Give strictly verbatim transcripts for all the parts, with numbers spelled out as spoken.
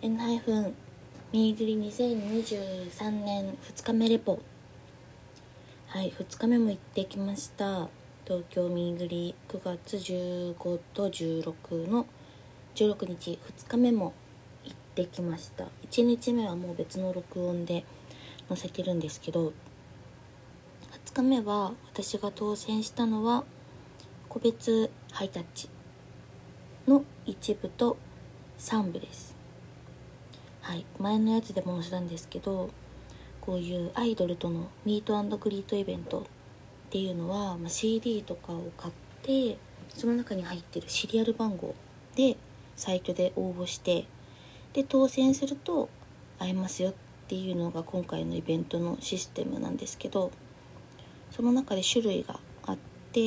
エヌミーグリにせんにじゅうさんねんふつかめレポ。はい、ふつかめも行ってきました。東京ミーグリくがつじゅうごとじゅうろくのじゅうろくにちふつかめも行ってきました。いちにちめはもう別の録音で載せてるんですけど、ふつかめは私が当選したのは個別ハイタッチの一部とさんぶです。はい、前のやつでも載せたんですけど、こういうアイドルとのミート&グリートイベントっていうのは、まあ、シーディー とかを買ってその中に入ってるシリアル番号でサイトで応募して、で当選すると会えますよっていうのが今回のイベントのシステムなんですけど、その中で種類があって、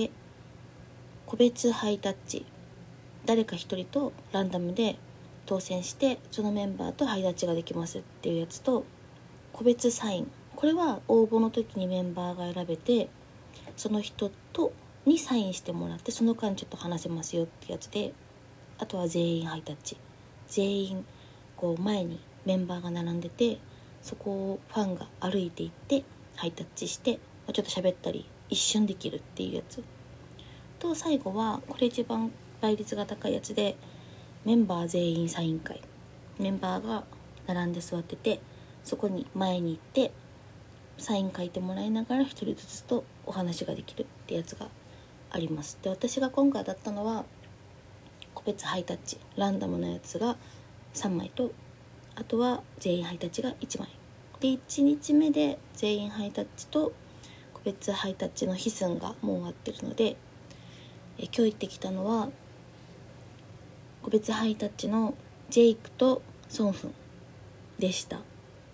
個別ハイタッチ、誰か一人とランダムで当選してそのメンバーとハイタッチができますっていうやつと、個別サイン、これは応募の時にメンバーが選べてその人とにサインしてもらって、その間ちょっと話せますよってやつで、あとは全員ハイタッチ、全員こう前にメンバーが並んでて、そこをファンが歩いていってハイタッチしてちょっと喋ったり一瞬できるっていうやつと、最後はこれ一番倍率が高いやつで、メンバー全員サイン会、メンバーが並んで座ってて、そこに前に行ってサイン書いてもらいながら一人ずつとお話ができるってやつがあります。で、私が今回だったのは個別ハイタッチランダムのやつがさんまいと、あとは全員ハイタッチがいちまいで、いちにちめで全員ハイタッチと個別ハイタッチのヒスンがもう終わってるので、え今日行ってきたのは個別ハイタッチのジェイクとソンフンでした。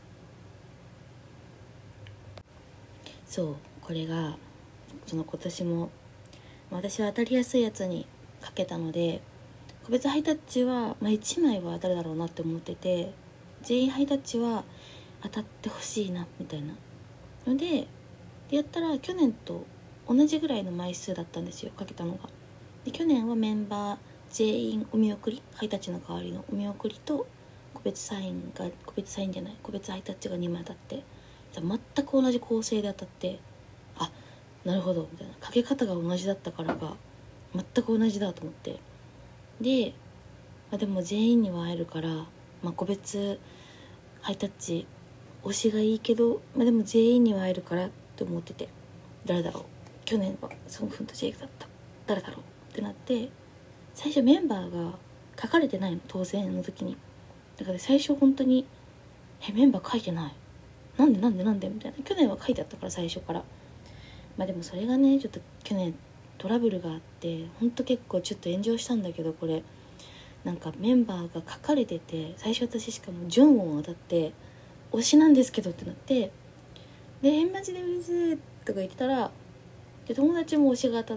そう、これがその今年も私は当たりやすいやつにかけたので、個別ハイタッチは、まあ、いちまいは当たるだろうなって思ってて、全員ハイタッチは当たってほしいなみたいなので、でやったら去年と同じぐらいの枚数だったんですよ、かけたのが。で去年はメンバー全員お見送り、ハイタッチの代わりのお見送りと個別サインが個別サインじゃない個別ハイタッチがにまい当たって、全く同じ構成で当たって、あ、なるほどみたいな、かけ方が同じだったからか全く同じだと思って、で、まあ、でも全員には会えるから、まあ、個別ハイタッチ推しがいいけど、まあ、でも全員には会えるからって思ってて、誰だろう、去年はソンフンとジェイクだった、誰だろうってなって、最初メンバーが書かれてないの、当選の時に。だから最初本当にえメンバー書いてない、なんでなんでなんでみたいな。去年は書いてあったから最初から。まあでもそれがね、ちょっと去年トラブルがあって、ほんと結構ちょっと炎上したんだけど、これなんかメンバーが書かれてて、最初私しかもジョンウォンを当たって推しなんですけどってなって、でえマジで嬉しいとか言ってたら、で友達も推しが当たって、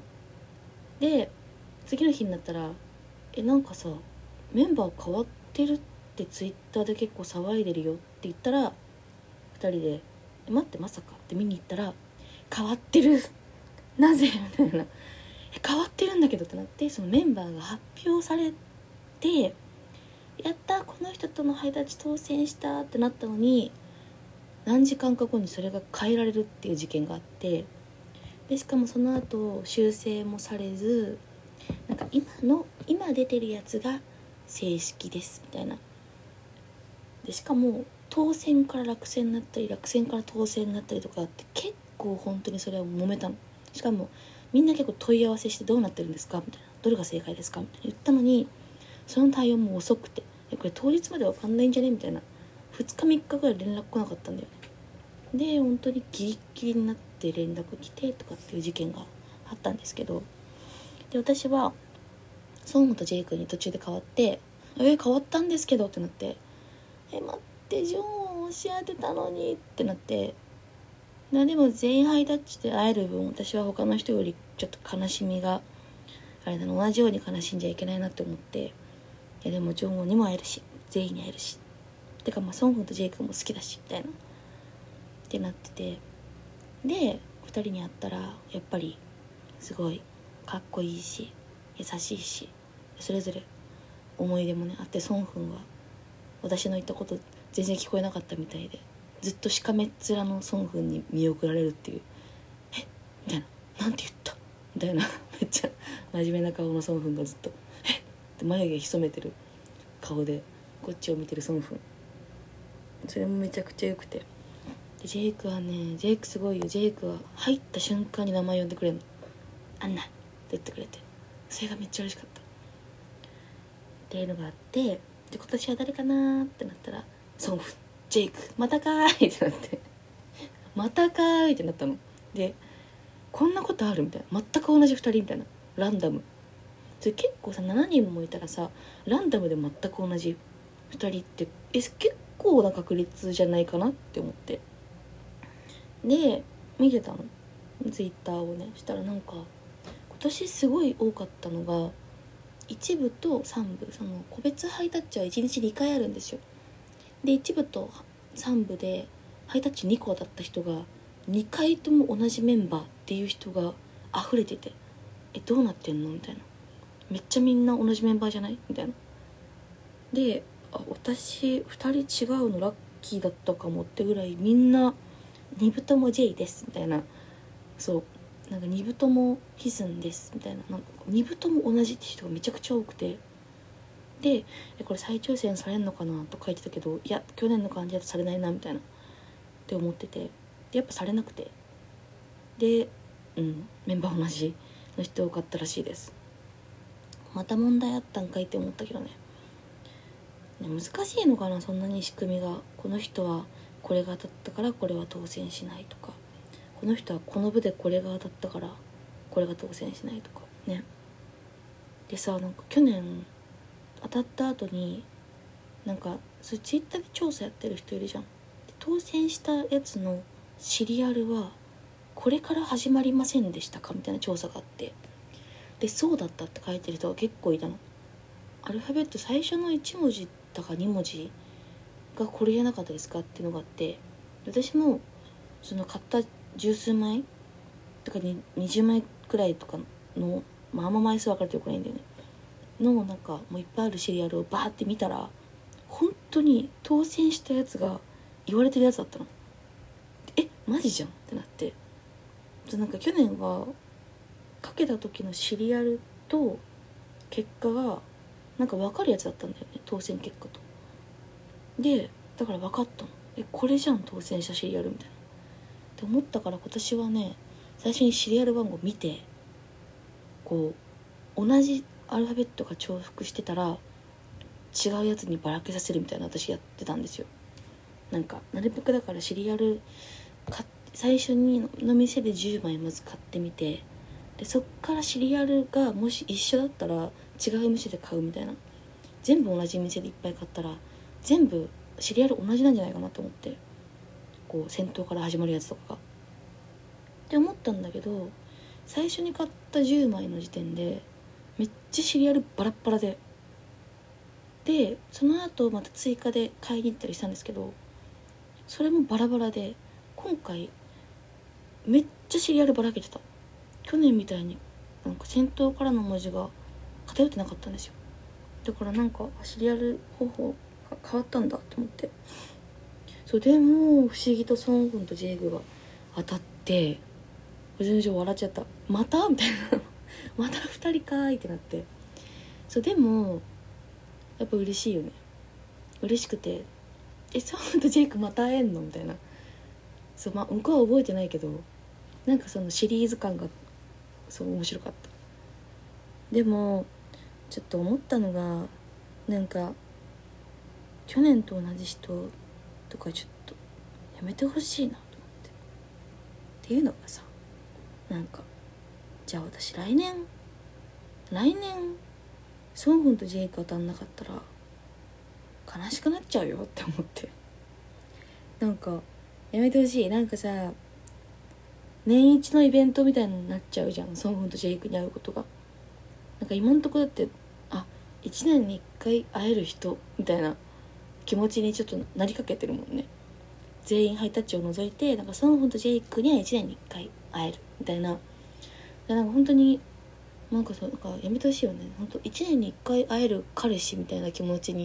で次の日になったらえなんかさメンバー変わってるってツイッターで結構騒いでるよって言ったら、ふたりでえ待ってまさかって見に行ったら、変わってるなぜみたいな、え変わってるんだけどってなって、そのメンバーが発表されて、やったこの人とのハイタッチ当選したってなったのに、何時間か後にそれが変えられるっていう事件があって、でしかもその後修正もされず、なんか今の今出てるやつが正式ですみたいな。でしかも当選から落選になったり落選から当選になったりとかあって、結構本当にそれは揉めたの。しかもみんな結構問い合わせして、どうなってるんですかみたいな、どれが正解ですかみたいな言ったのに、その対応も遅くて、えこれ当日まで分かんないんじゃねみたいな、ふつかみっかぐらい連絡来なかったんだよね。で本当にギリッギリになって連絡来てとかっていう事件があったんですけど、で私はソンフンとジェイクに途中で変わって、え変わったんですけどってなって、え待ってジョンを押し当てたのにってなって、でも全員ハイタッチで会える分、私は他の人よりちょっと悲しみがあれだな、同じように悲しんじゃいけないなって思って、いやでもジョンにも会えるし全員に会えるしてか、まあソンフンとジェイクも好きだしみたいなってなってて、でふたりに会ったらやっぱりすごいかっこいいし優しいし、それぞれ思い出もねあって、ソンフンは私の言ったこと全然聞こえなかったみたいで、ずっとしかめっ面のソンフンに見送られるっていう、えみたいな、なんて言ったみたいなめっちゃ真面目な顔のソンフンがずっとえって眉毛潜めてる顔でこっちを見てるソンフン、それもめちゃくちゃ良くて、でジェイクはね、ジェイクすごいよ。ジェイクは入った瞬間に名前呼んでくれるの、アンナって言ってくれて、それがめっちゃ嬉しかったっていうのがあって、で今年は誰かなってなったらソンフン、ジェイク、またかーいってなってまたかーいってなったので、こんなことあるみたいな、全く同じふたりみたいな、ランダム、それ結構さしちにんもいたらさ、ランダムで全く同じふたりってえ結構な確率じゃないかなって思って、で見てたのツイッターをね。したらなんか今年すごい多かったのがいち部とさん部、その個別ハイタッチはいちにちにかいあるんですよ。でいち部とさん部でハイタッチにこだった人がにかいとも同じメンバーっていう人が溢れてて、えどうなってんのみたいな、めっちゃみんな同じメンバーじゃないみたいな。で、あ私ふたり違うのラッキーだったかもってぐらい、みんなに部とも J ですみたいな、そうなんかに部ともヒスンですみたいな、なんかに部とも同じって人がめちゃくちゃ多くて、でえこれ再抽選されんのかなと書いてたけど、いや去年の感じだとされないなみたいなって思ってて、でやっぱされなくて、でうんメンバー同じの人多かったらしいです。また問題あったんかいって思ったけどね。ね難しいのかな、そんなに仕組みが。この人はこれが当たったからこれは当選しないとか、この人はこの部でこれが当たったからこれが当選しないとかね。でさ、なんか去年当たった後になんかそれツイッターで調査やってる人いるじゃん。当選したやつのシリアルはこれから始まりませんでしたかみたいな調査があって、でそうだったって書いてる人が結構いたの。アルファベット最初のいち文字だかに文字がこれじゃなかったですかっていうのがあって、私もその買った十数枚とかににじゅうまいくらいとかの、まあ、あんま枚数分かれてよくないんだよねの、なんかもういっぱいあるシリアルをバーって見たら、本当に当選したやつが言われてるやつだったの。えマジじゃんってなって、なんか去年はかけた時のシリアルと結果がなんか分かるやつだったんだよね、当選結果と。でだから分かったの、えこれじゃん当選したシリアルみたいなって思ったから、今年はね最初にシリアル番号見て、こう同じアルファベットが重複してたら違うやつにばらけさせるみたいな私やってたんですよ。なんかなるべくだからシリアル買最初にの店でじゅうまいまず買ってみて、でそっからシリアルがもし一緒だったら違う店で買うみたいな、全部同じ店でいっぱい買ったら全部シリアル同じなんじゃないかなと思って、こう戦闘から始まるやつとかがって思ったんだけど、最初に買ったじゅうまいの時点でめっちゃシリアルバラッバラで、でその後また追加で買いに行ったりしたんですけど、それもバラバラで、今回めっちゃシリアルばらけてた。去年みたいになんか先頭からの文字が偏ってなかったんですよ。だからなんかシリアル方法が変わったんだと思って、そうでも不思議とソンフンとジェイグが当たって、全然笑っちゃった。またみたいなまたふたりかーいってなって、そうでもやっぱ嬉しいよね。嬉しくて、えソンフンとジェイクまた会えんのみたいな。そう、まあ向こうは覚えてないけど、なんかそのシリーズ感がそう面白かった。でもちょっと思ったのが、なんか去年と同じ人とかちょっとやめてほしいなと思って、っていうのがさ、なんかじゃあ私来年来年ソンフンとジェイク当たんなかったら悲しくなっちゃうよって思って、なんかやめてほしい。なんかさ年一のイベントみたいになっちゃうじゃん、ソンフンとジェイクに会うことが。なんか今んとこだってあいちねんにいっかい会える人みたいな気持ちにちょっとなりかけてるもんね。全員ハイタッチを除いて、なんかソンフンとジェイクにはいちねんにいっかい会えるみたいな、なんか本当になんかそうなんかやめてほしいよね。本当いちねんにいっかい会える彼氏みたいな気持ちに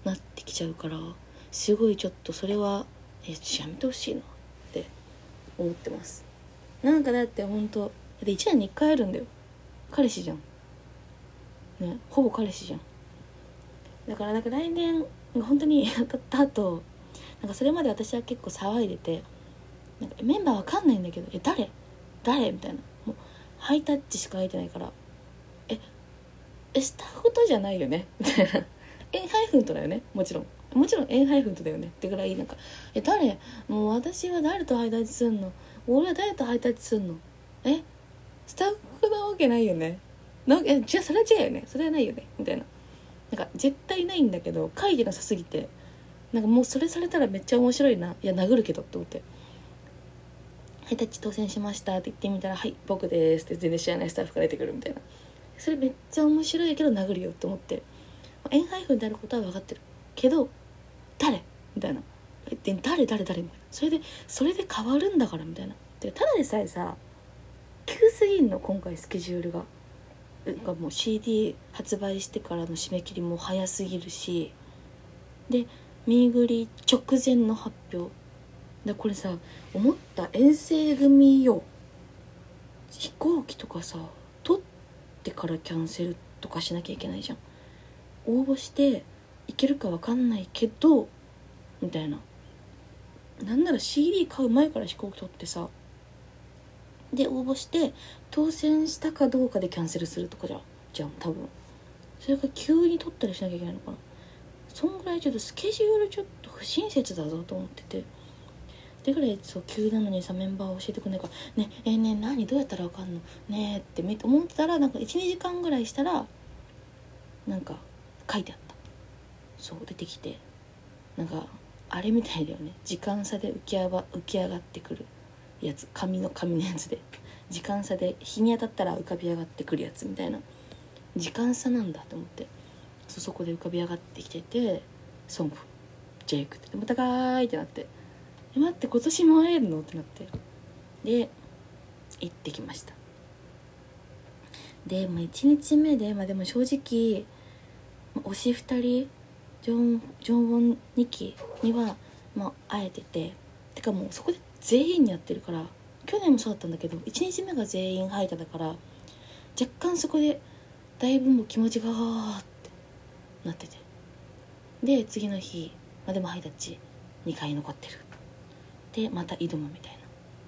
なってきちゃうから、すごいちょっとそれはえやめてほしいなって思ってます。なんかだってほんといちねんにいっかいあるんだよ。彼氏じゃんね、ほぼ彼氏じゃん。だからなんか来年本当に当たった後、なんかそれまで私は結構騒いでて、なんかメンバーわかんないんだけど、え誰誰みたいな、もうハイタッチしか空いてないから、ええスタッフとじゃないよねみたいな、エンハイフンとだよね、もちろんもちろんエンハイフンとだよねってぐらい、なんかえ誰もう私は誰とハイタッチすんの、俺は誰とハイタッチすんの、えスタッフなわけないよね、なんえじゃあそれは違うよね、それはないよねみたいな、なんか絶対ないんだけど会議なさすぎて、なんかもうそれされたらめっちゃ面白いな、いや殴るけどって思って、ハイタッチ当選しましたって言ってみたら、はい僕ですって全然知らないスタッフから出てくるみたいな、それめっちゃ面白いけど殴るよって思って、エンハイフンであることは分かってるけど誰みたいな、え誰誰誰みたいな、それでそれで変わるんだからみたいな、でただでさえさ急すぎんの今回スケジュールが、なんかもう シーディー 発売してからの締め切りも早すぎるし、でミーグリ直前の発表で、これさ思った、遠征組よ、飛行機とかさ取ってからキャンセルとかしなきゃいけないじゃん。応募していけるか分かんないけどみたいな、なんなら シーディー 買う前から飛行機取ってさ、で応募して当選したかどうかでキャンセルするとかじゃんじゃん多分。それが急に取ったりしなきゃいけないのかな。そんぐらいちょっとスケジュールちょっと不親切だぞと思ってて、でぐらいそう急なのにさ、メンバー教えてくれないからねえー、ねえ何どうやったらわかんのねえって思ってたら、なんか いちにじかんぐらいしたらなんか書いてあった。そう出てきて、なんかあれみたいだよね、時間差で浮き上が浮き上がってくるやつ、紙の紙のやつで時間差で日に当たったら浮かび上がってくるやつみたいな、時間差なんだと思って、 そ, そこで浮かび上がってきてて、ソンフジェイクってまたかーいってなって、え待って今年も会えるのってなって、で行ってきました。で、まあ、いちにちめで、まあ、でも正直推しふたりジョンジョンウォンにきには、まあ、会えてて、てかもうそこで全員にやってるから、去年もそうだったんだけどいちにちめが全員ハイタだから、若干そこでだいぶもう気持ちがーってなってて、で次の日、まあ、でもハイタッチにかい残ってる、でまた挑むみたい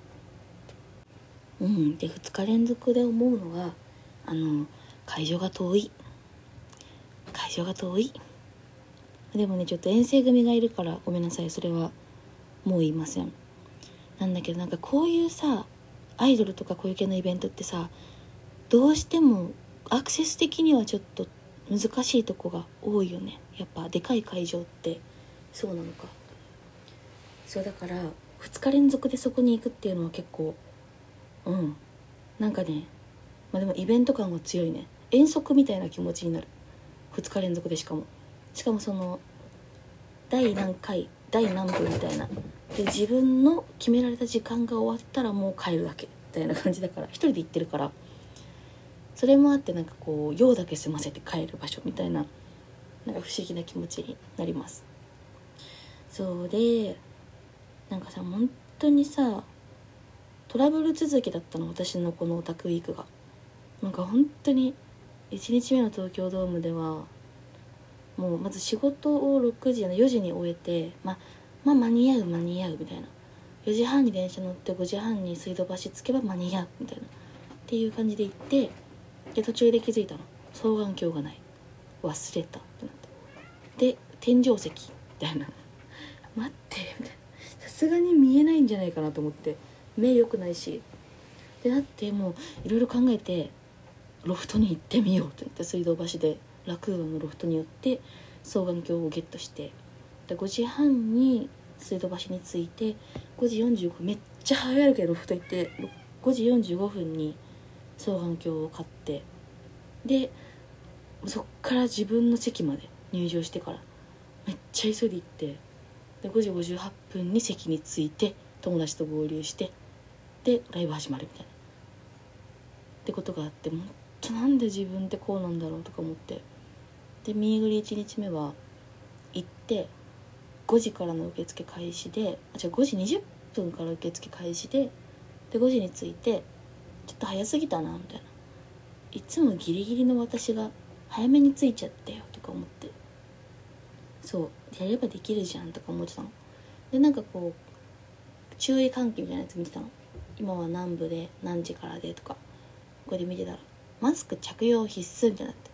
な。うんでふつか連続で思うのが、あの会場が遠い会場が遠いでもねちょっと遠征組がいるからごめんなさい、それはもう言いません。なんだけど、なんかこういうさアイドルとかこういう系のイベントってさ、どうしてもアクセス的にはちょっと難しいとこが多いよね。やっぱでかい会場ってそうなのか。そうだからふつか連続でそこに行くっていうのは結構うんなんかね、まあでもイベント感は強いね。遠足みたいな気持ちになる、ふつか連続で、しかもしかもその第何回第何分みたいなで、自分の決められた時間が終わったらもう帰るだけみたいな感じだから、一人で行ってるから、それもあってなんかこう用だけ済ませて帰る場所みたいな、なんか不思議な気持ちになります。そうでなんかさ本当にさトラブル続きだったの、私のこのオタクウィークが。なんか本当にいちにちめの東京ドームではもうまず仕事をろくじやよじに終えて、まあ、まあ間に合う間に合うみたいな、よじはんに電車乗ってごじはんに水道橋着けば間に合うみたいなっていう感じで行って、で途中で気づいたの、双眼鏡がない、忘れたってなって、で天井石みたいな待ってみたいな、さすがに見えないんじゃないかなと思って、目良くないしでなって、もういろいろ考えてロフトに行ってみようってなって、水道橋でラクーアのロフトに寄って双眼鏡をゲットして、でごじはんに水道橋に着いて、ごじよんじゅうごふんめっちゃ早いけどロフト行って、ごじよんじゅうごふんに双眼鏡を買って、でそっから自分の席まで入場してからめっちゃ急いで行って、でごじごじゅうはっぷんに席に着いて友達と合流して、でライブ始まるみたいなってことがあって、もっとなんで自分ってこうなんだろうとか思って、でミーグリいちにちめは行ってごじからの受付開始で、あ違うごじにじゅっぷんから受付開始で、でごじに着いて、ちょっと早すぎたなみたいな、いつもギリギリの私が早めに着いちゃったよとか思って、そうやればできるじゃんとか思ってたので、なんかこう注意喚起みたいなやつ見てたの。今は南部で何時からでとか、ここで見てたらマスク着用必須みたいになって、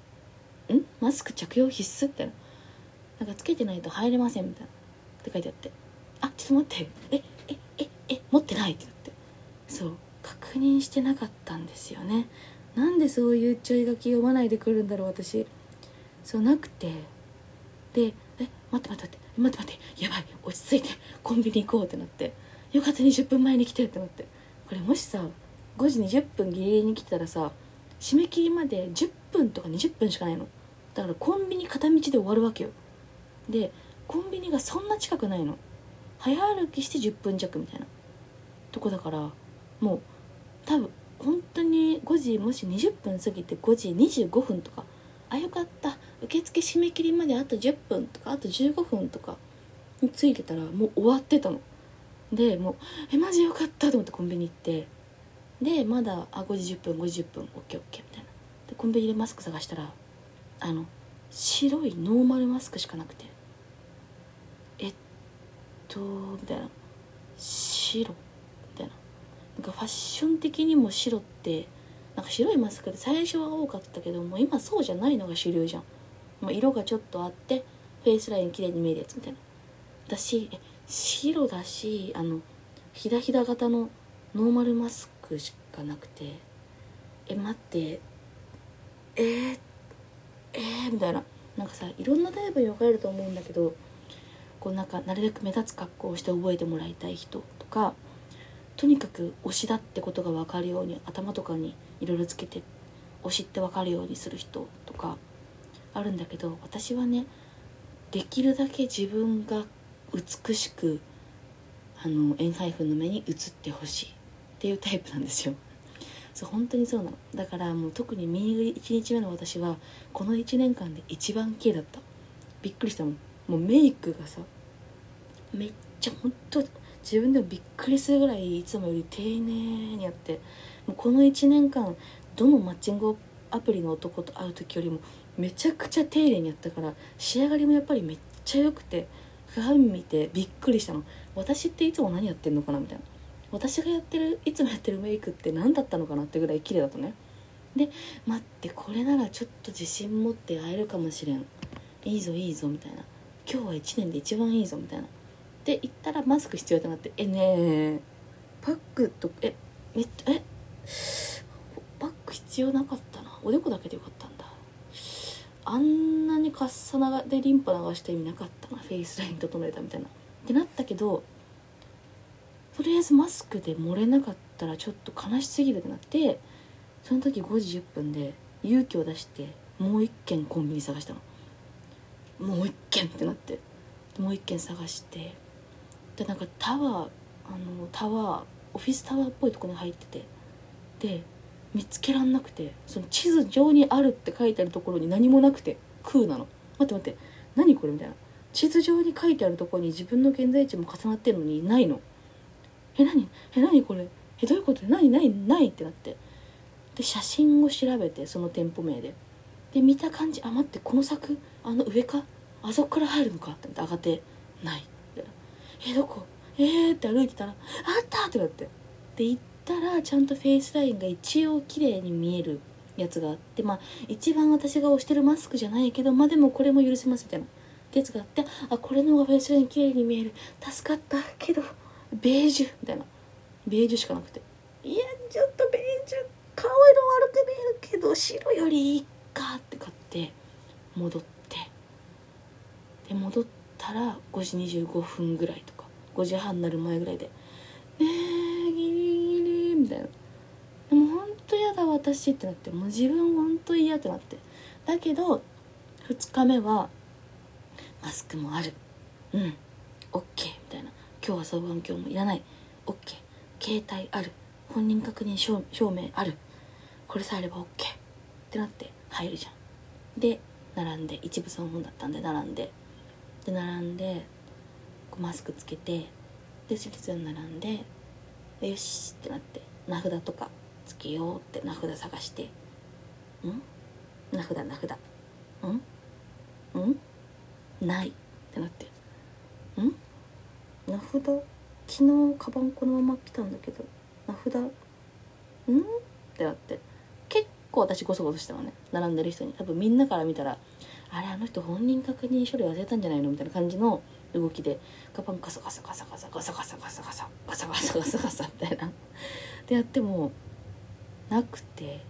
んマスク着用必須みたいな、なんかつけてないと入れませんみたいなって書いてあって、あちょっと待って、ええええ持ってないってなって、そう確認してなかったんですよね。なんでそういう注意書き読まないでくるんだろう私。そうなくて、でえ待って待って待って待って待ってやばい、落ち着いてコンビニ行こうってなって、よかったにじゅっぷんまえに来てってなって、これもしさごじにじゅっぷんギリギリに来てたらさ、締め切りまでじゅっぷんとかにじゅっぷんしかないの。だからコンビニ片道で終わるわけよ。でコンビニがそんな近くないの、早歩きしてじゅっぷん弱みたいなとこだから、もう多分本当にごじもしにじゅっぷん過ぎてごじにじゅうごふんとか、あよかった受付締め切りまであとじゅっぷんとかあとじゅうごふんとかについてたらもう終わってたので、もうえマジよかったと思ってコンビニ行って、でまだあごじじゅっぷんごじじゅっぷんオッケーオッケーみたいなで、コンビニでマスク探したらあの白いノーマルマスクしかなくて、えっとみたいな、白みたいな、なんかファッション的にも白ってなんか白いマスクで最初は多かったけども今そうじゃないのが主流じゃん。まあ、色がちょっとあってフェイスライン綺麗に見えるやつみたいなだし、え白だし、あのひだひだ型のノーマルマスクしかなくて、え待ってえー、えー、みたいな、なんかさいろんなタイプに分かれると思うんだけど、こうなんかなるべく目立つ格好をして覚えてもらいたい人とか、とにかく推しだってことが分かるように頭とかにいろいろつけて推しって分かるようにする人とかあるんだけど、私はねできるだけ自分が美しくあのエンハイフンの目に映ってほしいっていうタイプなんですよ。そう本当にそうなの。だからもう特にミーグいちにちめの私はこのいちねんかんで一番綺麗だった。びっくりしたもん。もうメイクがさめっちゃ本当自分でもびっくりするぐらいいつもより丁寧にやって、もうこのいちねんかんどのマッチングアプリの男と会う時よりもめちゃくちゃ丁寧にやったから、仕上がりもやっぱりめっちゃ良くて、鏡見てびっくりしたの。私っていつも何やってんのかなみたいな、私がやってるいつもやってるメイクって何だったのかなってぐらい綺麗だとね。で待ってこれならちょっと自信持って会えるかもしれん、いいぞいいぞみたいな、今日はいちねんで一番いいぞみたいなで言ったらマスク必要ってなって、えねえパックとえめっちゃえバッグ必要なかったな、おでこだけでよかったんだ。あんなにカッサナでリンパ流した意味なかったな、フェイスライン整えたみたいなってなったけど、とりあえずマスクで漏れなかったらちょっと悲しすぎるってなって、その時ごじじゅっぷんで勇気を出してもう一軒コンビニ探したの。もう一軒ってなって、もう一軒探して、でなんかタワーあのタワーオフィスタワーっぽいところに入ってて、で見つけらんなくて、その地図上にあるって書いてあるところに何もなくて空なの。待って待って何これみたいな、地図上に書いてあるところに自分の現在地も重なってるのにないの。え何え何これえどういうこと何何ないってなって、で写真を調べてその店舗名でで見た感じ、あ待ってこの柵あの上かあそこから入るのかって上がってないみたいな、えどこえーって歩いてたらあったってなって、で行ったらちゃんとフェイスラインが一応綺麗に見えるやつがあって、まあ一番私が推してるマスクじゃないけどまあでもこれも許せますみたいなやつがあって、あこれの方がフェイスライン綺麗に見える助かったけどベージュみたいな、ベージュしかなくて、いやちょっとベージュ顔色悪く見えるけど白よりいいかって買って戻って、で戻ったらごじにじゅうごふんぐらいとかごじはんになる前ぐらいでねえギリギリみたいな、でもほんと嫌だ私ってなって、もう自分ほんと嫌ってなって、だけどふつかめはマスクもある、うんオッケーみたいな、今日は双眼鏡もいらないオッケー、携帯ある、本人確認 証, 証明ある、これさえあればオッケーってなって入るじゃん。で並んで一部その本だったんで並んで、でで並んでこうマスクつけてで列に並んでよしってなって名札とかつけようって名札探してん名札名札んんないってなってん名札昨日カバンこのまま来たんだけど名札んってなって結構私ゴソゴソしたのね並んでる人に多分みんなから見たらあれあの人本人確認書類忘れたんじゃないのみたいな感じの動きでカバンガサガサガサガサガサガサガサガサガサガサガサガサみたいなでやってもなくて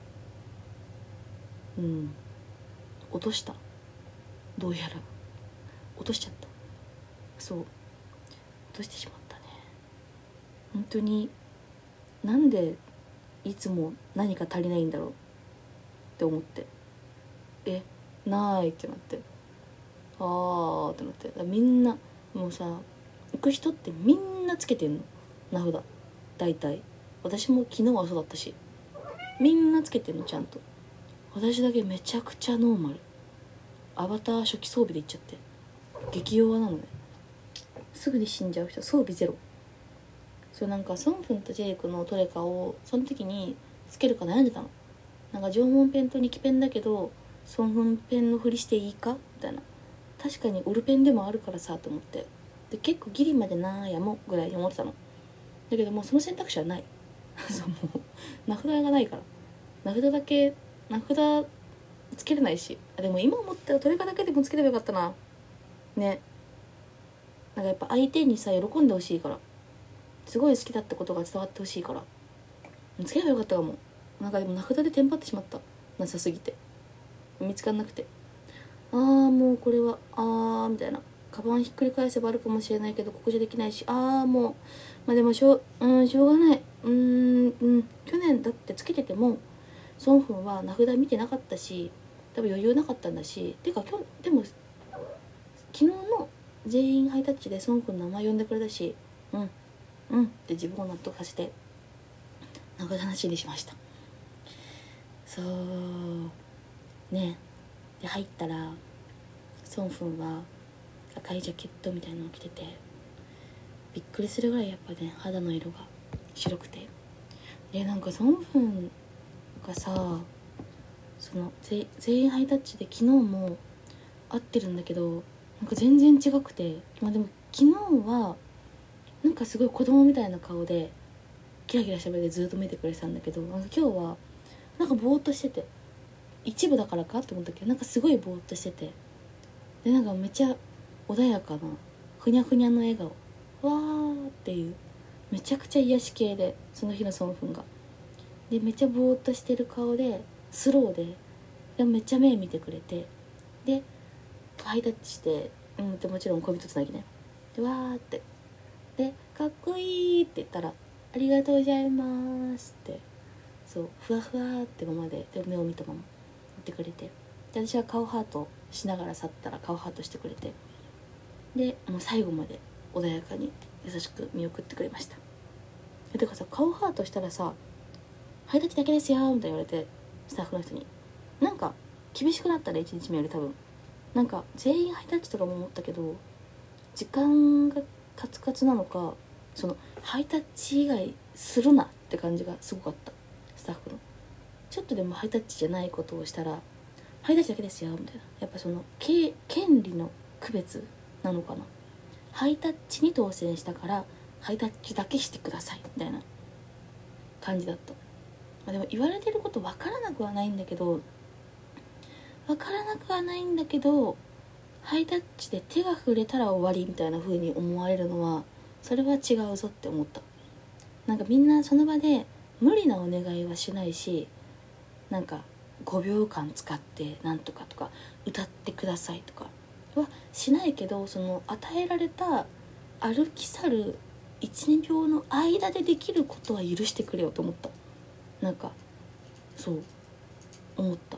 うん落としたどうやら落としちゃったそう落としてしまったね本当になんでいつも何か足りないんだろうって思ってえないってなってあーってなってみんなもうさ行く人ってみんなつけてんの名札大体私も昨日はそうだったしみんなつけてんのちゃんと私だけめちゃくちゃノーマルアバター初期装備で行っちゃって激弱なのねすぐに死んじゃう人装備ゼロそうなんかソンフンとジェイクのトレカをその時につけるか悩んでたのなんか縄文ペンとニキペンだけどソンフンペンのふりしていいかみたいな確かにオルペンでもあるからさと思ってで結構ギリまでなーやもぐらいに思ってたのだけどもうその選択肢はないそうもう名札がないから名札だけ名札つけれないしあでも今思ったらトレカだけでもつければよかったなねなんかやっぱ相手にさ喜んでほしいからすごい好きだったことが伝わってほしいからつければよかったかもなんかでも名札でテンパってしまったなさすぎて見つかんなくてあーもうこれはあーみたいなカバンひっくり返せばあるかもしれないけどここじゃできないしあーもうまあでもしょう、うん、しょうがないうーん、うん、去年だってつけててもソンフンは名札見てなかったし多分余裕なかったんだしてか今日でも昨日の全員ハイタッチでソンフンの名前呼んでくれたしうんうんって自分を納得させて名札なしにしましたそうねで入ったらソンフンは赤いジャケットみたいなのを着ててびっくりするぐらいやっぱね肌の色が白くてでなんかソンフンがさその全員ハイタッチで昨日も会ってるんだけどなんか全然違くてまあでも昨日はなんかすごい子供みたいな顔でキラキラ喋ってずっと見てくれてたんだけどなんか今日はなんかぼーっとしてて一部だからかって思ったけどなんかすごいぼーっとしててでなんかめっちゃ穏やかなふにゃふにゃの笑顔わーっていうめちゃくちゃ癒し系でその日のソンフンがでめっちゃぼーっとしてる顔でスローででもめっちゃ目見てくれてでハイタッチして、うん、でもちろん恋人つなぎねでわーってでかっこいいって言ったらありがとうございますってそうふわふわってままでで目を見たまま言ってくれてで私は顔ハートしながら去ったら顔ハートしてくれてでもう最後まで穏やかに優しく見送ってくれましたえてかさ顔ハートしたらさハイタッチだけですよみたいな言われてスタッフの人になんか厳しくなったらいちにちめより多分なんか全員ハイタッチとかも思ったけど時間がカツカツなのかそのハイタッチ以外するなって感じがすごかったスタッフのちょっとでもハイタッチじゃないことをしたらハイタッチだけですよみたいなやっぱその権利の区別なのかなハイタッチに当選したからハイタッチだけしてくださいみたいな感じだった、まあ、でも言われてること分からなくはないんだけど分からなくはないんだけどハイタッチで手が触れたら終わりみたいな風に思われるのはそれは違うぞって思った。なんかみんなその場で無理なお願いはしないしなんかごびょうかん使ってなんとかとか歌ってくださいとかはしないけどその与えられた歩き去る いちにびょうの間でできることは許してくれよと思った。なんかそう思った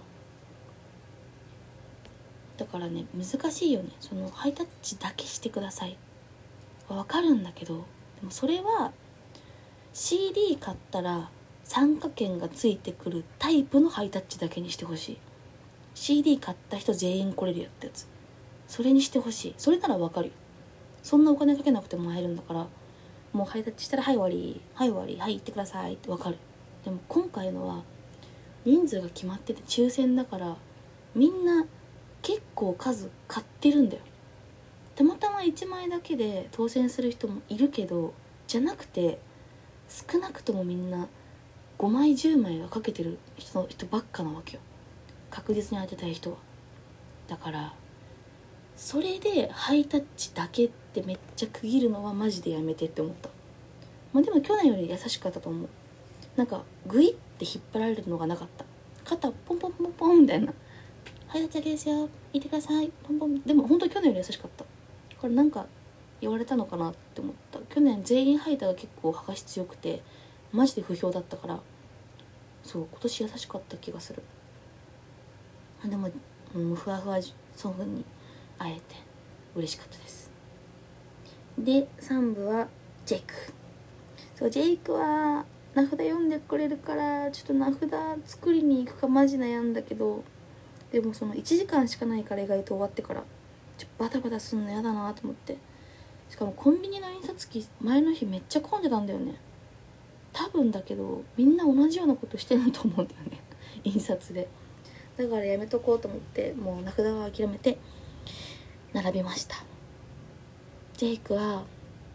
だからね難しいよねそのハイタッチだけしてくださいわかるんだけどでもそれは シーディー 買ったら参加券がついてくるタイプのハイタッチだけにしてほしい。 シーディー 買った人全員来れるやったやつそれにしてほしい。それならわかるよ。そんなお金かけなくてもらえるんだから、もうハイタッチしたらはい終わり、はい終わり、はい行ってくださいってわかる。でも今回のは人数が決まってて抽選だから、みんな結構数買ってるんだよ。たまたまいちまいだけで当選する人もいるけど、じゃなくて少なくともみんなごまいじゅうまいはかけてる人人ばっかなわけよ、確実に当てたい人は。だからそれでハイタッチだけってめっちゃ区切るのはマジでやめてって思った。まあでも去年より優しかったと思う。なんかグイって引っ張られるのがなかった。肩ポンポンポンポンみたいな、ハイタッチだけですよ、いてくださいポンポン。でも本当去年より優しかった。これなんか言われたのかなって思った。去年全員ハイタが結構剥がし強くてマジで不評だったから、そう今年優しかった気がする。でも、うん、ふわふわソングに会えて嬉しかったです。でさんぶはジェイク。そうジェイクは名札読んでくれるからちょっと名札作りに行くかマジ悩んだけど、でもそのいちじかんしかないから意外と終わってからちょっとバタバタすんのやだなと思って。しかもコンビニの印刷機前の日めっちゃ混んでたんだよね。多分だけどみんな同じようなことしてると思うんだよね印刷で。だからやめとこうと思ってもう名札は諦めて並びました。ジェイクは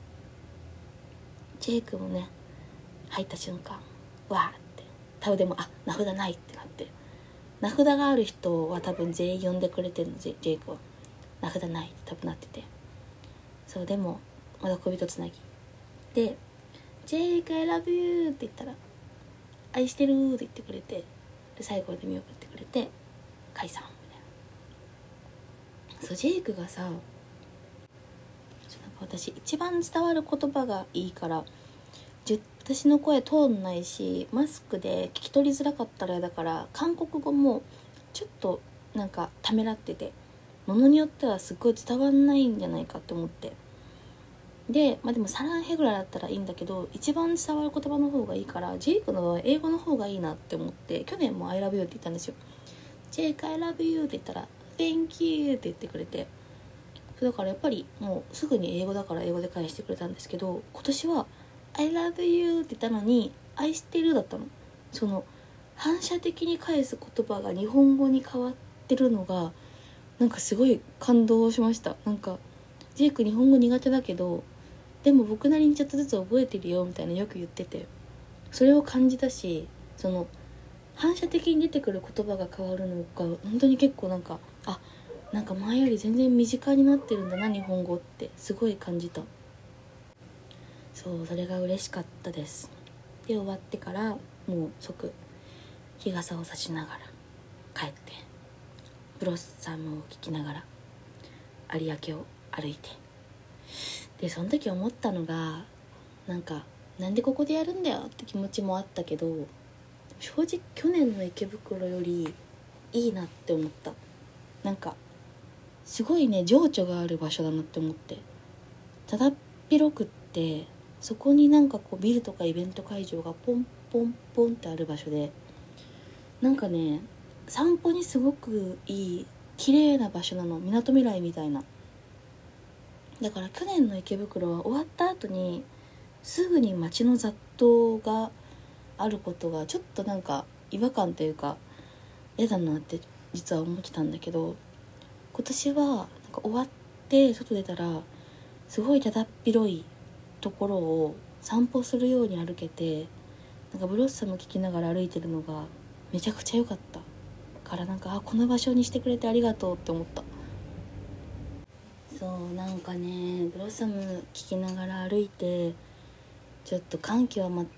ジェイクもね入った瞬間わーって多分でもあ名札ないってなって、名札がある人は多分全員呼んでくれてるの。ジェイクは名札ないって多分なってて、そうでもまだ小人つなぎでジェイク I love you って言ったら愛してるって言ってくれて、で最後で見送ってくれて解散みたいな。そうジェイクがさ、なんか私一番伝わる言葉がいいから私の声通んないしマスクで聞き取りづらかったらだから韓国語もちょっとなんかためらってて、ものによってはすっごい伝わんないんじゃないかって思って、でまあでもサランヘぐらいだったらいいんだけど一番伝わる言葉の方がいいからジェイクの場合英語の方がいいなって思って、去年も I love you って言ったんですよ。ジェイク I love you って言ったら Thank you って言ってくれて、だからやっぱりもうすぐに英語だから英語で返してくれたんですけど、今年は I love you って言ったのに愛してるだったの。その反射的に返す言葉が日本語に変わってるのがなんかすごい感動しました。なんかジェイク日本語苦手だけどでも僕なりにちょっとずつ覚えてるよみたいなよく言ってて、それを感じたし、その反射的に出てくる言葉が変わるのが本当に結構なんかあなんか前より全然身近になってるんだな日本語ってすごい感じた。そうそれが嬉しかったです。で終わってからもう即日傘を差しながら帰ってブロッサムを聴きながら有明を歩いて、でその時思ったのがなんかなんでここでやるんだよって気持ちもあったけど、正直去年の池袋よりいいなって思った。なんかすごいね情緒がある場所だなって思って、ただっ広くってそこになんかこうビルとかイベント会場がポンポンポンってある場所で、なんかね散歩にすごくいい綺麗な場所なの。みなとみらいみたいな。だから去年の池袋は終わった後にすぐに街の雑踏があることがちょっとなんか違和感というか嫌だなって実は思ってたんだけど、今年はなんか終わって外出たらすごいただっ広いところを散歩するように歩けて、なんかブロッサム聴きながら歩いてるのがめちゃくちゃ良かったから、なんかあこの場所にしてくれてありがとうって思った。そうなんかねブロッサム聴きながら歩いてちょっと感極まって、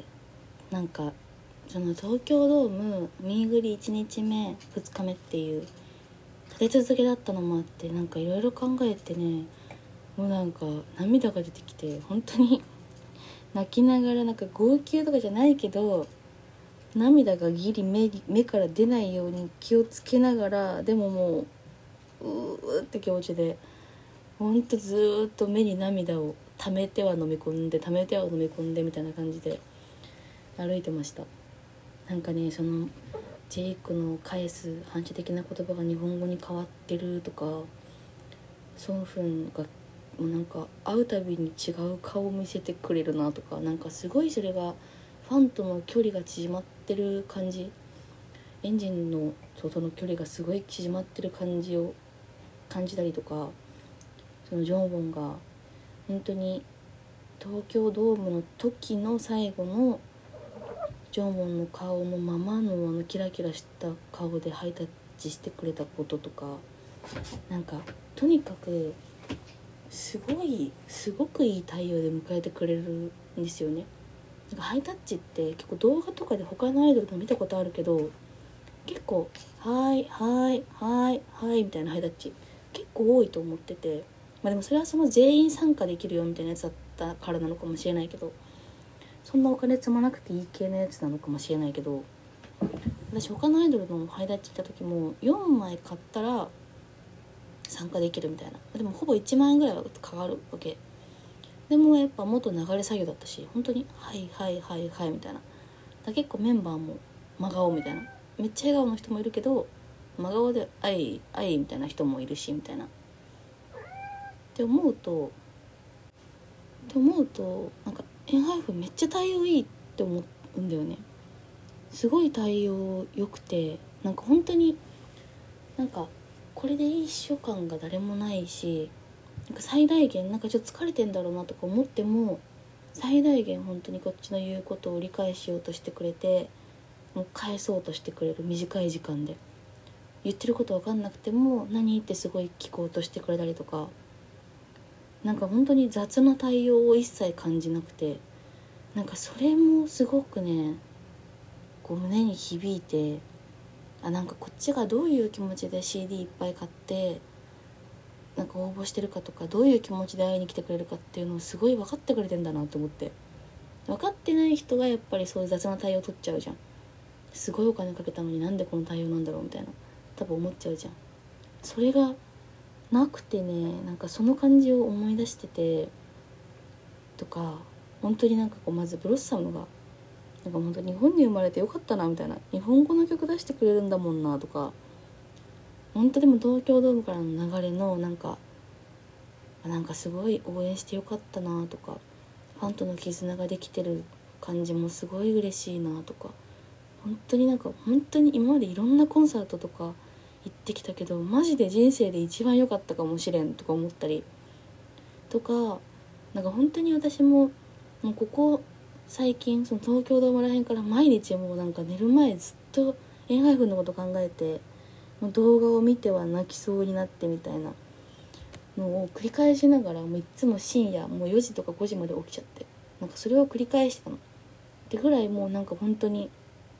なんかその東京ドームミーグリいちにちめふつかめっていう立て続けだったのもあって、なんかいろいろ考えてねもうなんか涙が出てきて、本当に泣きながらなんか号泣とかじゃないけど涙がギリ 目, 目から出ないように気をつけながら、でももううーって気持ちでほんとずーっと目に涙を溜めては飲み込んで溜めては飲み込んでみたいな感じで歩いてました。なんかねそのジェイクの返す反射的な言葉が日本語に変わってるとかソンフンがもうなんか会うたびに違う顔を見せてくれるなとか、なんかすごいそれがファンとの距離が縮まってる感じ、エンジンの外の距離がすごい縮まってる感じを感じたりとか、そのジョンウォンが本当に東京ドームの時の最後のジョンウォンの顔のままのあのキラキラした顔でハイタッチしてくれたこととか、なんかとにかくすごいすごくいい対応で迎えてくれるんですよね。なんかハイタッチって結構動画とかで他のアイドルも見たことあるけど、結構はいはいはいはいみたいなハイタッチ結構多いと思ってて、まあでもそれはその全員参加できるよみたいなやつだったからなのかもしれないけど、そんなお金積まなくていい系のやつなのかもしれないけど、私他のアイドルのハイタッチ行った時もよんまい買ったら参加できるみたいな、でもほぼいちまんえんぐらいはかかるわけでも、やっぱ元流れ作業だったし、本当にはいはいはいはいみたいな、だ結構メンバーも真顔みたいな、めっちゃ笑顔の人もいるけど真顔であいあいみたいな人もいるしみたいなって思うとって思うとなんかエンハイフンめっちゃ対応いいって思うんだよね。すごい対応良くて、なんか本当になんかこれでいい秘書感が誰もないし、なんか最大限なんかちょっと疲れてんだろうなとか思っても最大限本当にこっちの言うことを理解しようとしてくれて、もう返そうとしてくれる、短い時間で言ってること分かんなくても何ってすごい聞こうとしてくれたりとか、なんか本当に雑な対応を一切感じなくて、なんかそれもすごくねこう胸に響いて、あなんかこっちがどういう気持ちで シーディー いっぱい買ってなんか応募してるかとか、どういう気持ちで会いに来てくれるかっていうのをすごい分かってくれてんだなと思って、分かってない人がやっぱりそういう雑な対応取っちゃうじゃん。すごいお金かけたのになんでこの対応なんだろうみたいな多分思っちゃうじゃん。それがなくてね、なんかその感じを思い出しててとか、本当になんかこうまずブロッサムがなんか本当日本に生まれてよかったなみたいな、日本語の曲出してくれるんだもんなとか、本当でも東京ドームからの流れのなんかなんかすごい応援してよかったなとか、ファンとの絆ができてる感じもすごい嬉しいなとか、本当になんか本当に今までいろんなコンサートとか行ってきたけどマジで人生で一番良かったかもしれんとか思ったりとか、なんか本当に私ももうここ最近その東京ドームらへんから毎日もうなんか寝る前ずっとエンハイフンのこと考えて、もう動画を見ては泣きそうになってみたいなのを繰り返しながら、もういつも深夜もうよじとかごじまで起きちゃって、なんかそれを繰り返してたのってぐらい、もうなんか本当に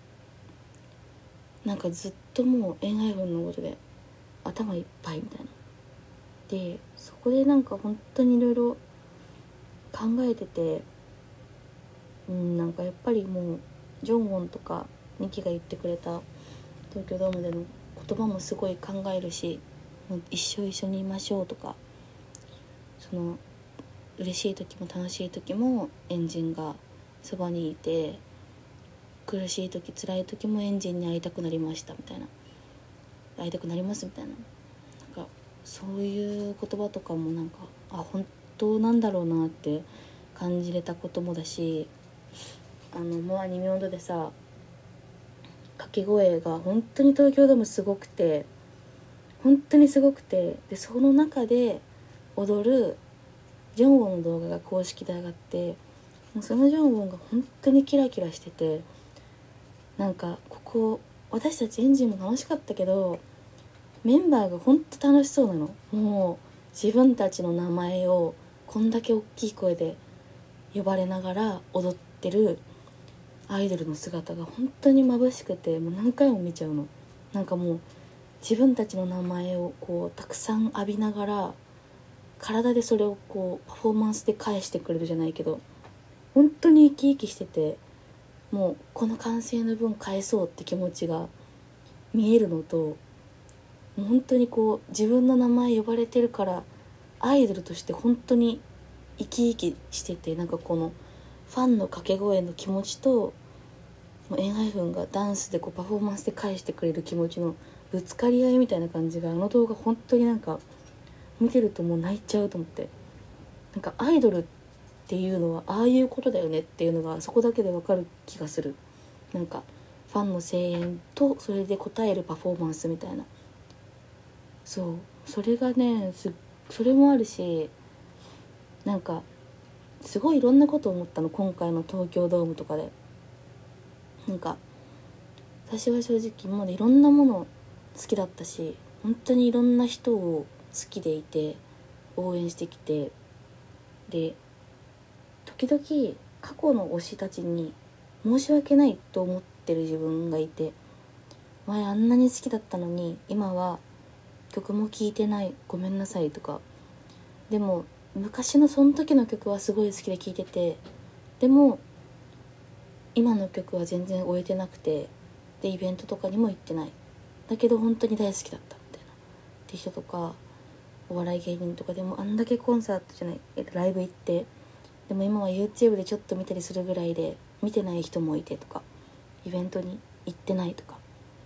なんかずっともうエンハイフンのことで頭いっぱいみたいなで、そこでなんか本当にいろいろ考えてて、うんなんかやっぱりもうジョンウォンとかニキが言ってくれた東京ドームでの言葉もすごい考えるし、もう一生一緒にいましょうとか、その嬉しい時も楽しい時もエンジンがそばにいて、苦しい時辛い時もエンジンに会いたくなりましたみたいな、会いたくなりますみたいな、なんかそういう言葉とかもなんかあ本当なんだろうなって感じれたこともだし、あのモアニミョンドでさ掛け声が本当に東京ドームすごくて本当にすごくて、でその中で踊るジョンウォンの動画が公式で上がって、もうそのジョンウォンが本当にキラキラしてて、なんかここ私たちエンジンも楽しかったけどメンバーが本当楽しそうなの。もう自分たちの名前をこんだけ大きい声で呼ばれながら踊ってるアイドルの姿が本当に眩しくて、もう何回も見ちゃうの。なんかもう自分たちの名前をこうたくさん浴びながら体でそれをこうパフォーマンスで返してくれるじゃないけど、本当に生き生きしてて、もうこの歓声の分返そうって気持ちが見えるのと、もう本当にこう自分の名前呼ばれてるからアイドルとして本当に生き生きしてて、なんかこのファンの掛け声の気持ちとエンハイフンがダンスでこうパフォーマンスで返してくれる気持ちのぶつかり合いみたいな感じが、あの動画本当になんか見てるともう泣いちゃうと思って、なんかアイドルっていうのはああいうことだよねっていうのがそこだけでわかる気がする。なんかファンの声援とそれで応えるパフォーマンスみたいな、そうそれがねすそれもあるし、なんかすごいいろんなこと思ったの今回の東京ドームとかで。なんか私は正直今までいろんなもの好きだったし、本当にいろんな人を好きでいて応援してきて、で時々過去の推したちに申し訳ないと思ってる自分がいて、前あんなに好きだったのに今は曲も聴いてない、ごめんなさいとか。でも昔のその時の曲はすごい好きで聴いてて、でも今の曲は全然終えてなくて、でイベントとかにも行ってない、だけど本当に大好きだったみたいなって人とか、お笑い芸人とかでもあんだけコンサートじゃないライブ行って、でも今は YouTube でちょっと見たりするぐらいで見てない人もいてとか、イベントに行ってないとか、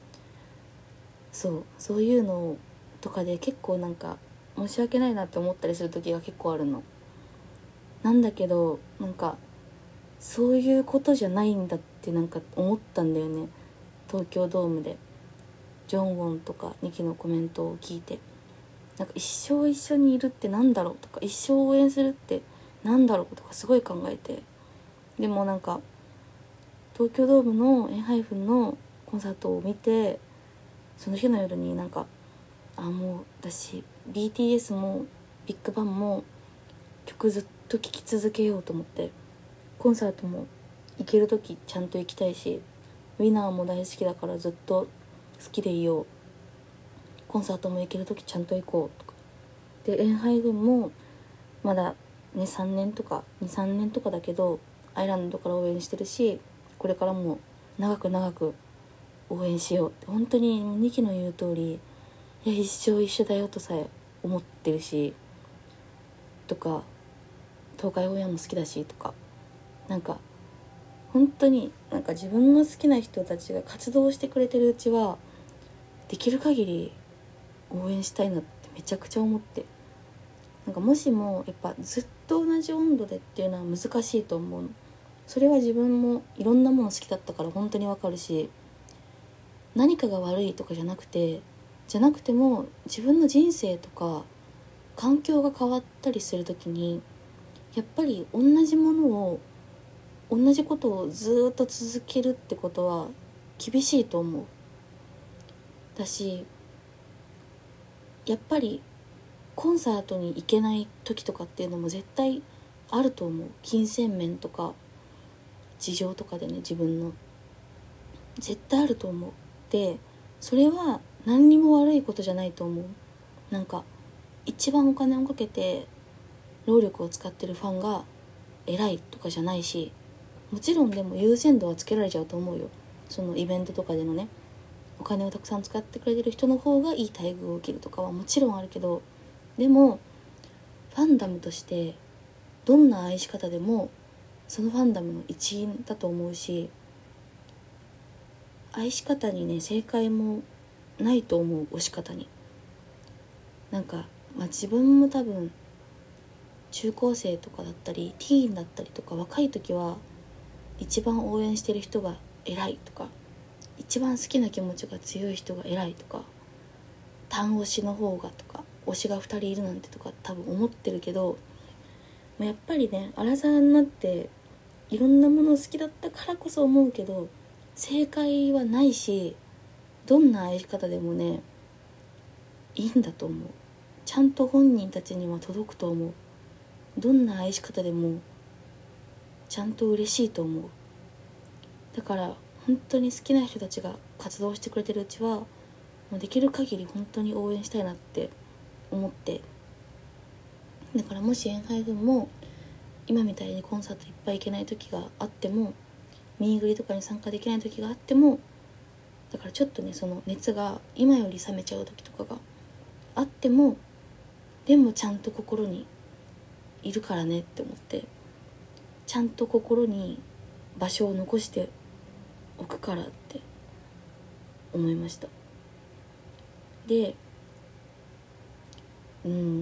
そうそういうのとかで結構なんか申し訳ないなって思ったりする時が結構あるの。なんだけどなんかそういうことじゃないんだってなんか思ったんだよね、東京ドームでジョンウォンとかニキのコメントを聞いて。なんか一生一緒にいるってなんだろうとか、一生応援するってなんだろうとかすごい考えて、でもなんか東京ドームのエンハイフンのコンサートを見て、その日の夜になんかあもう私 ビーティーエス もビッグバンも曲ずっと聴き続けようと思って、コンサートも行ける時ちゃんと行きたいし、ウィナーも大好きだからずっと好きでいよう、コンサートも行ける時ちゃんと行こうとかで、エンハイフンもまだねさんねんとかにさんねんとかだけどアイランドから応援してるし、これからも長く長く応援しようって、本当にニキの言う通り、いや一生一緒だよとさえ思ってるしとか、東海オンエアも好きだしとか、なんか本当になんか自分の好きな人たちが活動してくれてるうちはできる限り応援したいなってめちゃくちゃ思って、なんかもしもやっぱずっと同じ温度でっていうのは難しいと思うの。それは自分もいろんなもの好きだったから本当にわかるし、何かが悪いとかじゃなくてじゃなくても自分の人生とか環境が変わったりするときにやっぱり同じものを同じことをずっと続けるってことは厳しいと思う。だしやっぱりコンサートに行けない時とかっていうのも絶対あると思う。金銭面とか事情とかでね、自分の絶対あると思う。でそれは何にも悪いことじゃないと思う。なんか一番お金をかけて労力を使ってるファンが偉いとかじゃないし、もちろんでも優先度はつけられちゃうと思うよ。そのイベントとかでのね、お金をたくさん使ってくれてる人の方がいい待遇を受けるとかはもちろんあるけど、でもファンダムとしてどんな愛し方でもそのファンダムの一員だと思うし、愛し方にね正解もないと思う。推し方になんか、まあ、自分も多分中高生とかだったりティーンだったりとか若い時は一番応援してる人が偉いとか、一番好きな気持ちが強い人が偉いとか、単推しの方がとか、推しがふたりいるなんてとか多分思ってるけど、やっぱりねアラサーになっていろんなもの好きだったからこそ思うけど、正解はないし、どんな愛し方でもねいいんだと思う。ちゃんと本人たちには届くと思う。どんな愛し方でもちゃんと嬉しいと思う。だから本当に好きな人たちが活動してくれてるうちはもうできる限り本当に応援したいなって思って、だからもしエンハイフンも今みたいにコンサートいっぱい行けない時があっても、ミニグリとかに参加できない時があっても、だからちょっとねその熱が今より冷めちゃう時とかがあっても、でもちゃんと心にいるからねって思って、ちゃんと心に場所を残しておくからって思いました。でうん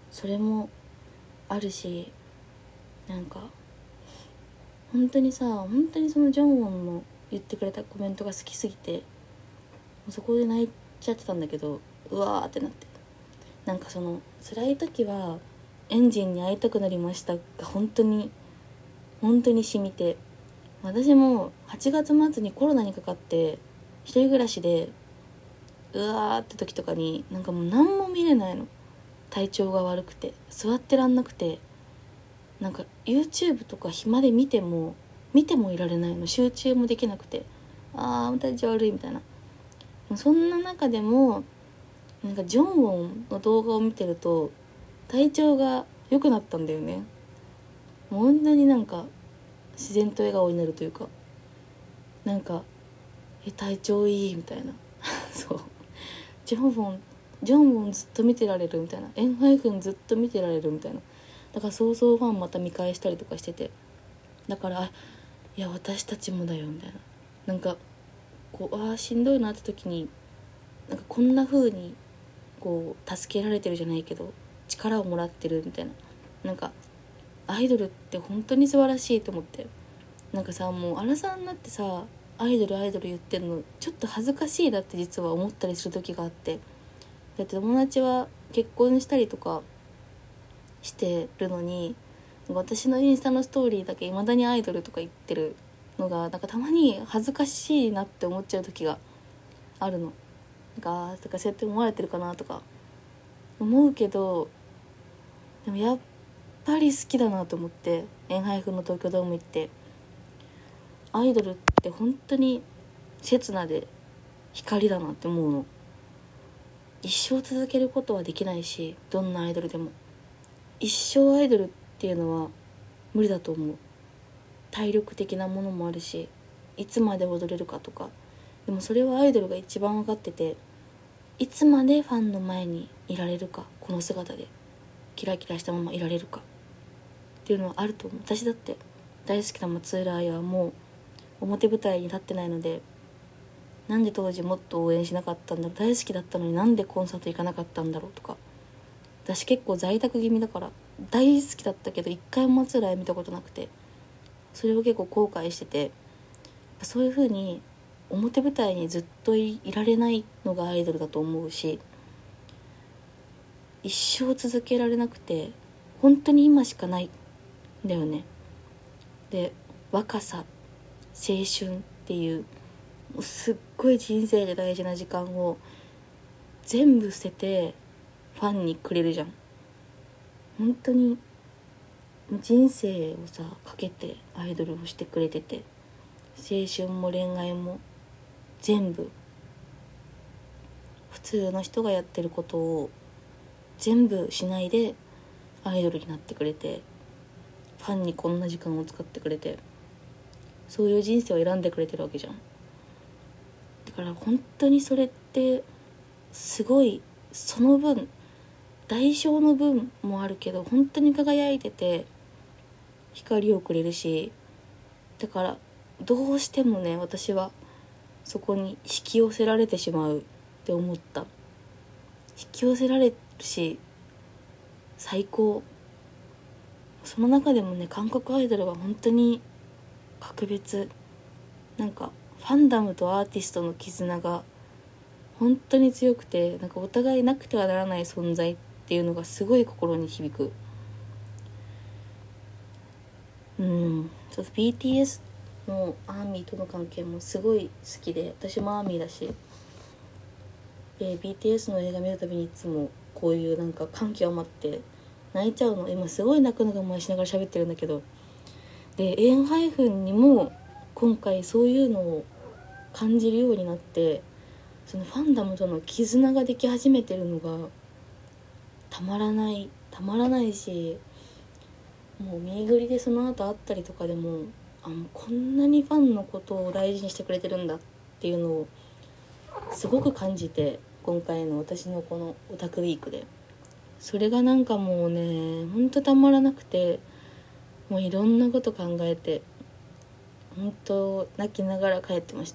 それもあるし、なんか本当にさ本当にそのジョンウォンの言ってくれたコメントが好きすぎて、そこで泣いちゃってたんだけど、うわーってなって、なんかその辛い時はエンジンに会いたくなりましたが本当に本当に染みて、私もはちがつ末にコロナにかかって一人暮らしでうわーって時とかになんかもう何も見れないの。体調が悪くて座ってらんなくて、なんか YouTube とか暇で見ても見てもいられないの。集中もできなくて、あー体調悪いみたいな。そんな中でもなんかジョンウォンの動画を見てると体調が良くなったんだよね。もう本当になんか自然と笑顔になるというか、なんかえ体調いいみたいなそうジョンウォンジョンウォンずっと見てられるみたいな、エンハイフンずっと見てられるみたいな。だからそうそうファンまた見返したりとかしてて、だからあいや私たちもだよみたいな、なんかこうあーしんどいなって時になんかこんな風にこう助けられてるじゃないけど力をもらってるみたいな、なんかアイドルって本当に素晴らしいと思って、なんかさもうアラサーになってさアイドルアイドル言ってるのちょっと恥ずかしいなって実は思ったりする時があって、だって友達は結婚したりとかしてるのに、私のインスタのストーリーだけ未だにアイドルとか言ってるのがなんかたまに恥ずかしいなって思っちゃう時があるの。なんかとかそうやって思われてるかなとか思うけど、でもやっぱり好きだなと思って、エンハイフンの東京ドーム行ってアイドルって本当に刹那で光だなって思うの。一生続けることはできないし、どんなアイドルでも一生アイドルっていうのは無理だと思う。体力的なものもあるし、いつまで踊れるかとか。でもそれはアイドルが一番分かってて、いつまでファンの前にいられるか、この姿でキラキラしたままいられるかっていうのはあると思う。私だって大好きな松浦亜弥はもう表舞台に立ってないので、なんで当時もっと応援しなかったんだろう、大好きだったのになんでコンサート行かなかったんだろうとか。私結構在宅気味だから大好きだったけど一回も松浦亜弥見たことなくて、それを結構後悔してて、そういう風に表舞台にずっと い, いられないのがアイドルだと思うし、一生続けられなくて本当に今しかないんだよね。で若さ青春っていうもうすっごい人生で大事な時間を全部捨ててファンにくれるじゃん。本当に人生をさかけてアイドルをしてくれてて、青春も恋愛も全部普通の人がやってることを全部しないでアイドルになってくれて、ファンにこんな時間を使ってくれて、そういう人生を選んでくれてるわけじゃん。だから本当にそれってすごい、その分代償の分もあるけど本当に輝いてて光をくれるし、だからどうしてもね私はそこに引き寄せられてしまうって思った。引き寄せられるし最高。その中でもね韓国アイドルは本当に格別。なんかファンダムとアーティストの絆が本当に強くて、なんかお互いなくてはならない存在っていうのがすごい心に響く。うんちょっと ビーティーエス のアーミーとの関係もすごい好きで、私もアーミーだし、で ビーティーエス の映画見るたびにいつもこういうなんか感極まって泣いちゃうの。今すごい泣くのが前しながら喋ってるんだけど、でエンハイフンにも今回そういうのを感じるようになって、そのファンダムとの絆ができ始めてるのがたまらないたまらないし、もう見ぐりでその後会ったりとかでも、あもうこんなにファンのことを大事にしてくれてるんだっていうのをすごく感じて、今回の私のこのオタクウィークでそれがなんかもうねほんとたまらなくて、もういろんなこと考えて本当泣きながら帰ってました。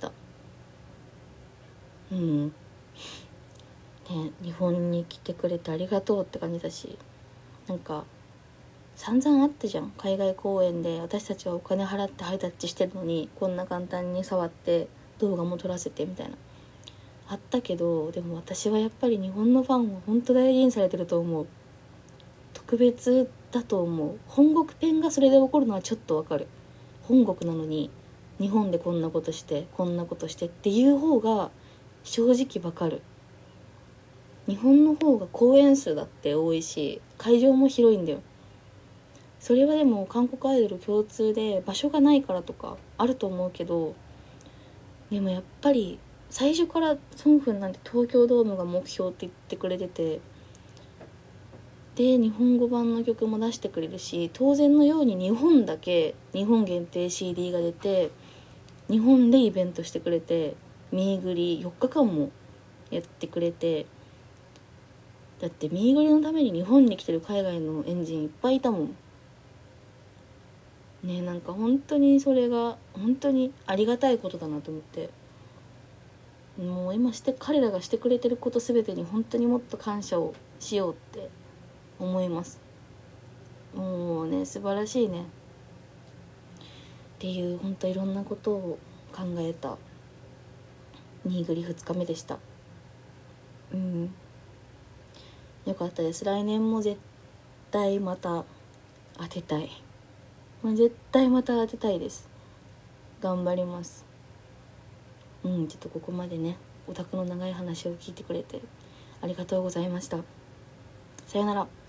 うんね、日本に来てくれてありがとうって感じだし、 なんか散々あったじゃん、海外公演で私たちはお金払ってハイタッチしてるのにこんな簡単に触って動画も撮らせてみたいなあったけど、でも私はやっぱり日本のファンは本当大事にされてると思う。特別だと思う。本国ペンがそれで起こるのはちょっとわかる。本国なのに日本でこんなことしてこんなことしてっていう方が正直わかる。日本の方が公演数だって多いし会場も広いんだよ。それはでも韓国アイドル共通で場所がないからとかあると思うけど、でもやっぱり最初からソンフンなんて東京ドームが目標って言ってくれてて、で日本語版の曲も出してくれるし、当然のように日本だけ日本限定 シーディー が出て日本でイベントしてくれて、ミーグリよっかかんもやってくれて、だってミーグリのために日本に来てる海外のエンジンいっぱいいたもんね。なんか本当にそれが本当にありがたいことだなと思って、もう今して彼らがしてくれてること全てに本当にもっと感謝をしようって思います。もうね素晴らしいねっていう、本当いろんなことを考えたニーグリふつかめでした。うんよかったです。来年も絶対また当てたい。絶対また当てたいです。頑張ります。うんちょっとここまでねオタクの長い話を聞いてくれてありがとうございました。さよなら。